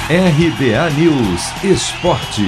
RBA News Esporte.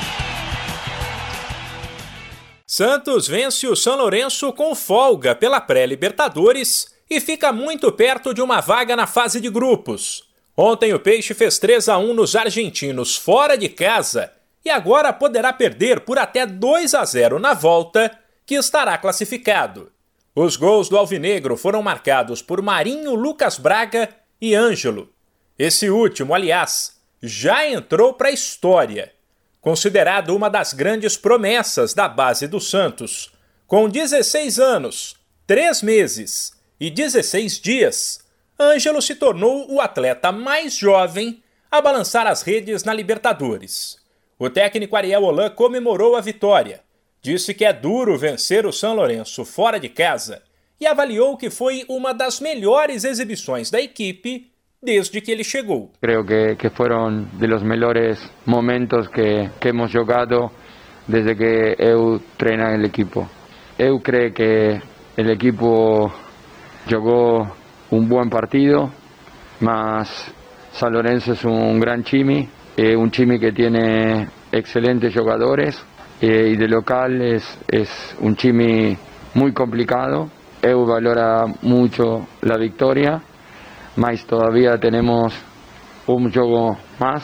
Santos vence o São Lourenço com folga pela pré-Libertadores e fica muito perto de uma vaga na fase de grupos. Ontem o Peixe fez 3-1 nos argentinos fora de casa e agora poderá perder por até 2-0 na volta, que estará classificado. Os gols do Alvinegro foram marcados por Marinho, Lucas Braga e Ângelo. Esse último, aliás, já entrou para a história, considerado uma das grandes promessas da base do Santos. Com 16 anos, 3 meses e 16 dias, Ângelo se tornou o atleta mais jovem a balançar as redes na Libertadores. O técnico Ariel Holan comemorou a vitória, disse que é duro vencer o São Lourenço fora de casa e avaliou que foi uma das melhores exibições da equipe desde que ele chegou. Creo que foram de los melhores momentos que hemos jogado desde que eu treino el equipo. Eu creio que el equipo jogou un buen partido, mas San Lorenzo es un gran time, un time que tiene excelentes jugadores y de local es un time muy complicado. Eu valora mucho la victoria, mas todavía tenemos un juego más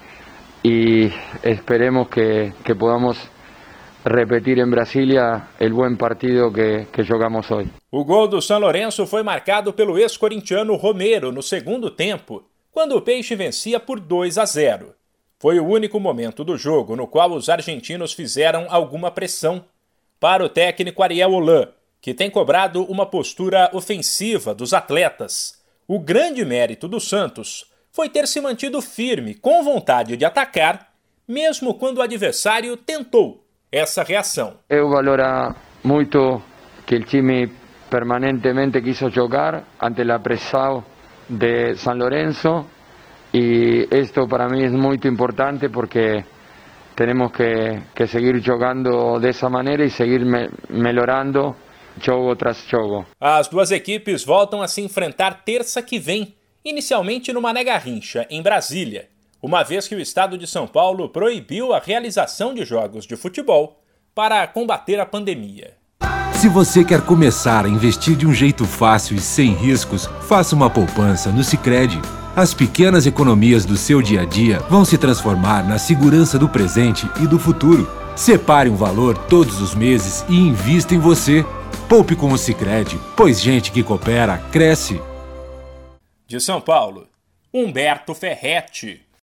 y esperemos que podamos repetir em Brasília o bom partido que jogamos hoje. O gol do São Lourenço foi marcado pelo ex-corintiano Romero no segundo tempo, quando o Peixe vencia por 2-0. Foi o único momento do jogo no qual os argentinos fizeram alguma pressão. Para o técnico Ariel Holan, que tem cobrado uma postura ofensiva dos atletas, o grande mérito do Santos foi ter se mantido firme, com vontade de atacar, mesmo quando o adversário tentou essa reação. Eu valoro muito que o time permanentemente quiso jogar ante a pressão de San Lorenzo e isto para mim é muito importante porque temos que seguir jogando dessa maneira e seguir melhorando jogo tras jogo. As duas equipes voltam a se enfrentar terça que vem, inicialmente no Mané Garrincha, em Brasília, uma vez que o estado de São Paulo proibiu a realização de jogos de futebol para combater a pandemia. Se você quer começar a investir de um jeito fácil e sem riscos, faça uma poupança no Sicredi. As pequenas economias do seu dia a dia vão se transformar na segurança do presente e do futuro. Separe um valor todos os meses e invista em você. Poupe com o Sicredi, pois gente que coopera, cresce. De São Paulo, Humberto Ferretti.